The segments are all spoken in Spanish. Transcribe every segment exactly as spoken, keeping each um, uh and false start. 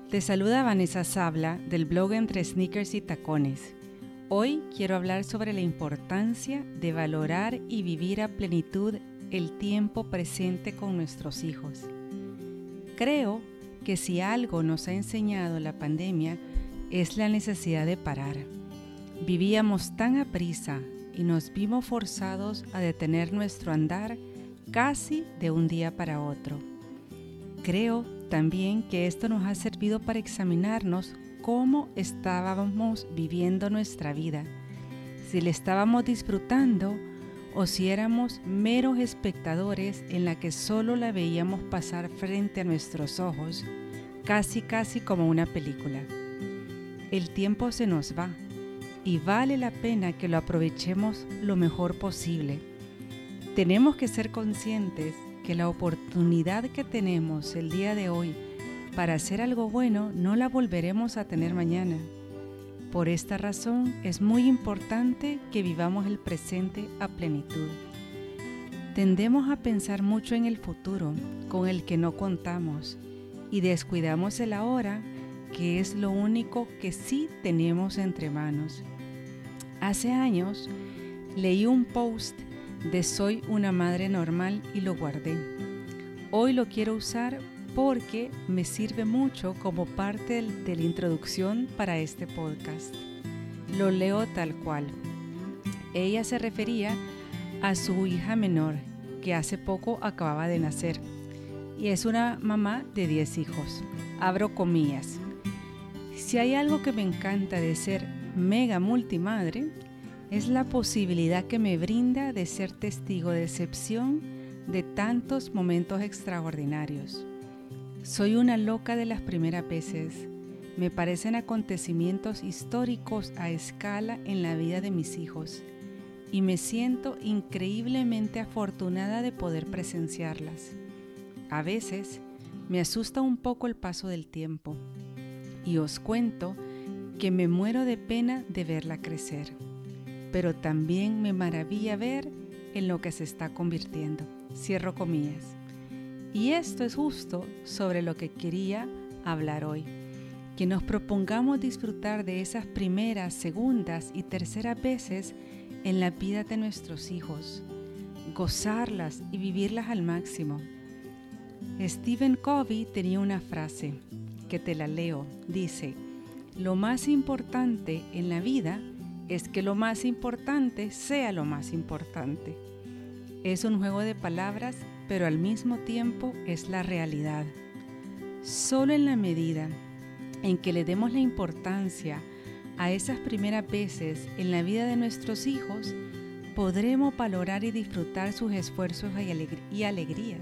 Te saluda Vanessa Sabla del blog Entre Sneakers y Tacones. Hoy quiero hablar sobre la importancia de valorar y vivir a plenitud el tiempo presente con nuestros hijos. Creo que si algo nos ha enseñado la pandemia es la necesidad de parar. Vivíamos tan aprisa y nos vimos forzados a detener nuestro andar casi de un día para otro. Creo también que esto nos ha servido para examinarnos cómo estábamos viviendo nuestra vida, si le estábamos disfrutando o si éramos meros espectadores en la que solo la veíamos pasar frente a nuestros ojos, casi casi como una película. El tiempo se nos va y vale la pena que lo aprovechemos lo mejor posible. Tenemos que ser conscientes que la oportunidad que tenemos el día de hoy para hacer algo bueno no la volveremos a tener mañana. Por esta razón es muy importante que vivamos el presente a plenitud. Tendemos a pensar mucho en el futuro, con el que no contamos, y descuidamos el ahora, que es lo único que sí tenemos entre manos. Hace años leí un post de Soy una madre normal y lo guardé. Hoy lo quiero usar porque me sirve mucho como parte de la introducción para este podcast. Lo leo tal cual. Ella se refería a su hija menor, que hace poco acababa de nacer, y es una mamá de diez hijos. Abro comillas. Si hay algo que me encanta de ser mega multimadre, es la posibilidad que me brinda de ser testigo de excepción de tantos momentos extraordinarios. Soy una loca de las primeras veces. Me parecen acontecimientos históricos a escala en la vida de mis hijos y me siento increíblemente afortunada de poder presenciarlas. A veces me asusta un poco el paso del tiempo y os cuento que me muero de pena de verla crecer. Pero también me maravilla ver en lo que se está convirtiendo. Cierro comillas. Y esto es justo sobre lo que quería hablar hoy. Que nos propongamos disfrutar de esas primeras, segundas y terceras veces en la vida de nuestros hijos. Gozarlas y vivirlas al máximo. Stephen Covey tenía una frase, que te la leo. Dice, lo más importante en la vida es que lo más importante sea lo más importante. Es un juego de palabras, pero al mismo tiempo es la realidad. Solo en la medida en que le demos la importancia a esas primeras veces en la vida de nuestros hijos, podremos valorar y disfrutar sus esfuerzos y, alegr- y alegrías.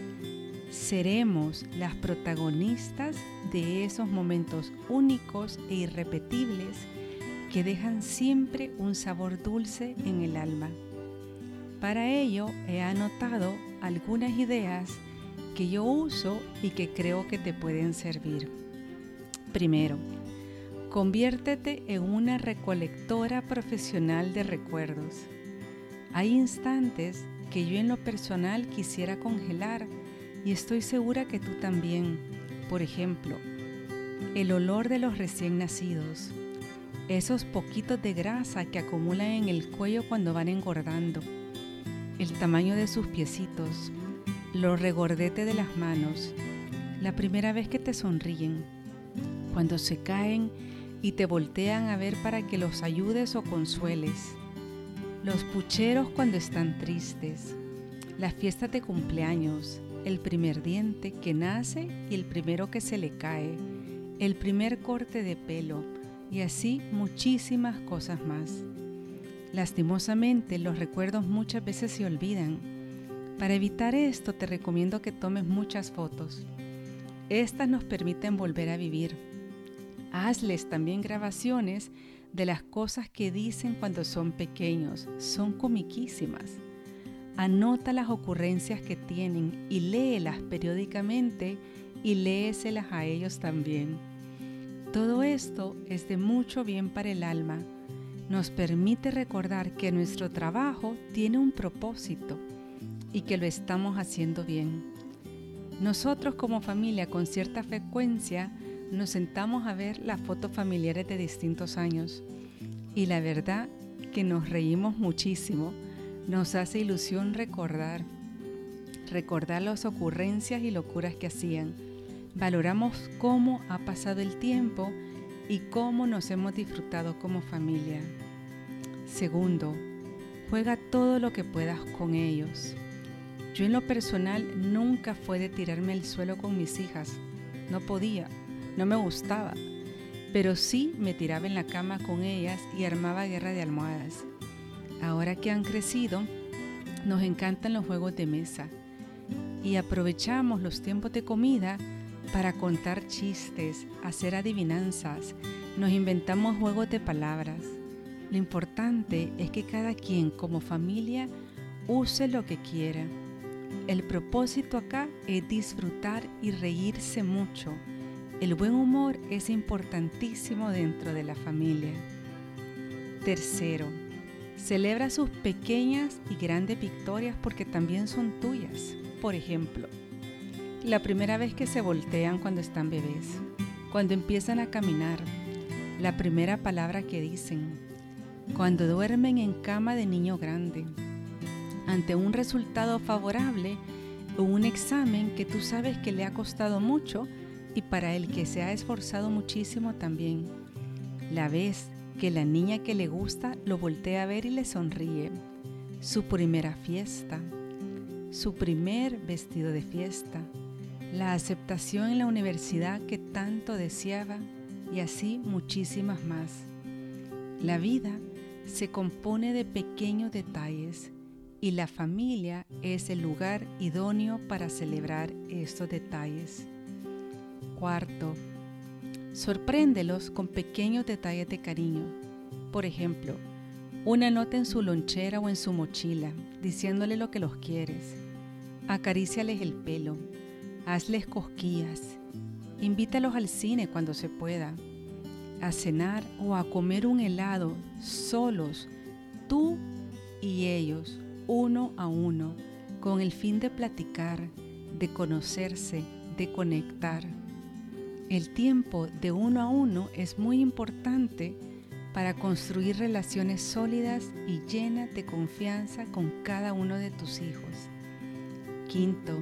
Seremos las protagonistas de esos momentos únicos e irrepetibles que dejan siempre un sabor dulce en el alma. Para ello he anotado algunas ideas que yo uso y que creo que te pueden servir. Primero, conviértete en una recolectora profesional de recuerdos. Hay instantes que yo en lo personal quisiera congelar y estoy segura que tú también. Por ejemplo, el olor de los recién nacidos. Esos poquitos de grasa que acumulan en el cuello cuando van engordando, el tamaño de sus piecitos, los regordetes de las manos, la primera vez que te sonríen, cuando se caen y te voltean a ver para que los ayudes o consueles, los pucheros cuando están tristes, las fiestas de cumpleaños, el primer diente que nace y el primero que se le cae, el primer corte de pelo, y así muchísimas cosas más. Lastimosamente, los recuerdos muchas veces se olvidan. Para evitar esto, te recomiendo que tomes muchas fotos. Estas nos permiten volver a vivir. Hazles también grabaciones de las cosas que dicen cuando son pequeños. Son comiquísimas. Anota las ocurrencias que tienen y léelas periódicamente y léeselas a ellos también. Todo esto es de mucho bien para el alma. Nos permite recordar que nuestro trabajo tiene un propósito y que lo estamos haciendo bien. Nosotros como familia con cierta frecuencia nos sentamos a ver las fotos familiares de distintos años y la verdad que nos reímos muchísimo. Nos hace ilusión recordar, recordar las ocurrencias y locuras que hacían. Valoramos cómo ha pasado el tiempo y cómo nos hemos disfrutado como familia. Segundo, juega todo lo que puedas con ellos. Yo en lo personal nunca fue de tirarme al suelo con mis hijas. No podía, no me gustaba, pero sí me tiraba en la cama con ellas y armaba guerra de almohadas. Ahora que han crecido, nos encantan los juegos de mesa y aprovechamos los tiempos de comida para contar chistes, hacer adivinanzas, nos inventamos juegos de palabras. Lo importante es que cada quien como familia use lo que quiera. El propósito acá es disfrutar y reírse mucho. El buen humor es importantísimo dentro de la familia. Tercero, celebra sus pequeñas y grandes victorias porque también son tuyas. Por ejemplo, la primera vez que se voltean cuando están bebés, cuando empiezan a caminar, la primera palabra que dicen, cuando duermen en cama de niño grande, ante un resultado favorable o un examen que tú sabes que le ha costado mucho y para el que se ha esforzado muchísimo también. La vez que la niña que le gusta lo voltea a ver y le sonríe. Su primera fiesta, su primer vestido de fiesta, la aceptación en la universidad que tanto deseaba y así muchísimas más. La vida se compone de pequeños detalles y la familia es el lugar idóneo para celebrar estos detalles. Cuarto, sorpréndelos con pequeños detalles de cariño. Por ejemplo, una nota en su lonchera o en su mochila, diciéndole lo que los quieres. Acaríciales el pelo, hazles cosquillas, invítalos al cine cuando se pueda, a cenar o a comer un helado solos, tú y ellos, uno a uno, con el fin de platicar, de conocerse, de conectar. El tiempo de uno a uno es muy importante para construir relaciones sólidas y llenas de confianza con cada uno de tus hijos. Quinto,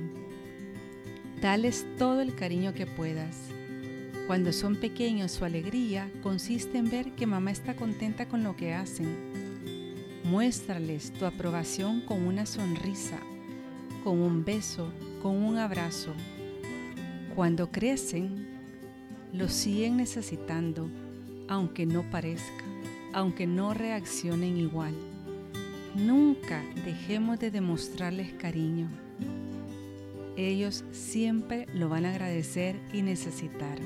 dales todo el cariño que puedas. Cuando son pequeños, su alegría consiste en ver que mamá está contenta con lo que hacen. Muéstrales tu aprobación con una sonrisa, con un beso, con un abrazo. Cuando crecen, lo siguen necesitando, aunque no parezca, aunque no reaccionen igual. Nunca dejemos de demostrarles cariño. Ellos siempre lo van a agradecer y necesitar.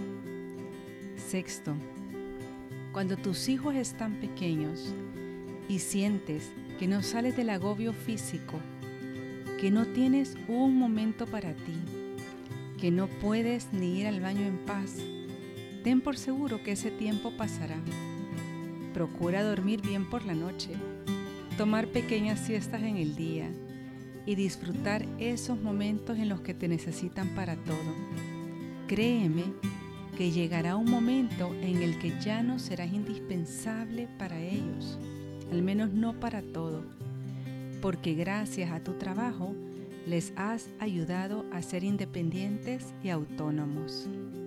Sexto, cuando tus hijos están pequeños y sientes que no sales del agobio físico, que no tienes un momento para ti, que no puedes ni ir al baño en paz, ten por seguro que ese tiempo pasará. Procura dormir bien por la noche, tomar pequeñas siestas en el día y disfrutar esos momentos en los que te necesitan para todo. Créeme que llegará un momento en el que ya no serás indispensable para ellos, al menos no para todo, porque gracias a tu trabajo les has ayudado a ser independientes y autónomos.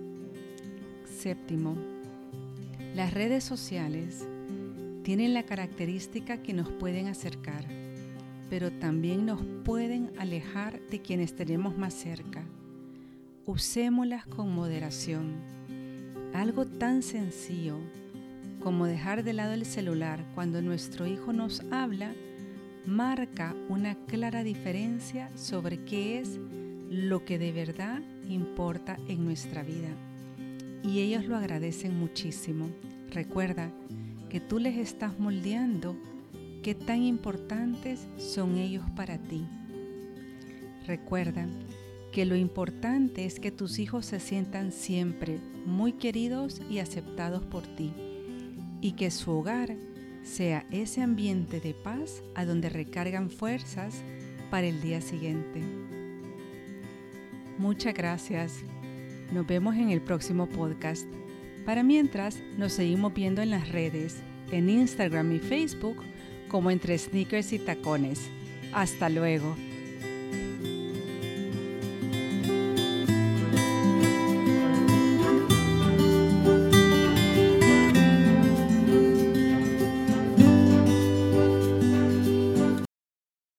Séptimo, las redes sociales tienen la característica que nos pueden acercar, pero también nos pueden alejar de quienes tenemos más cerca. Usémoslas con moderación. Algo tan sencillo como dejar de lado el celular cuando nuestro hijo nos habla marca una clara diferencia sobre qué es lo que de verdad importa en nuestra vida. Y ellos lo agradecen muchísimo. Recuerda que tú les estás moldeando qué tan importantes son ellos para ti. Recuerda que lo importante es que tus hijos se sientan siempre muy queridos y aceptados por ti y que su hogar sea ese ambiente de paz a donde recargan fuerzas para el día siguiente. Muchas gracias Nos vemos en el próximo podcast. Para mientras, nos seguimos viendo en las redes, en Instagram y Facebook, como Entre Sneakers y Tacones. Hasta luego.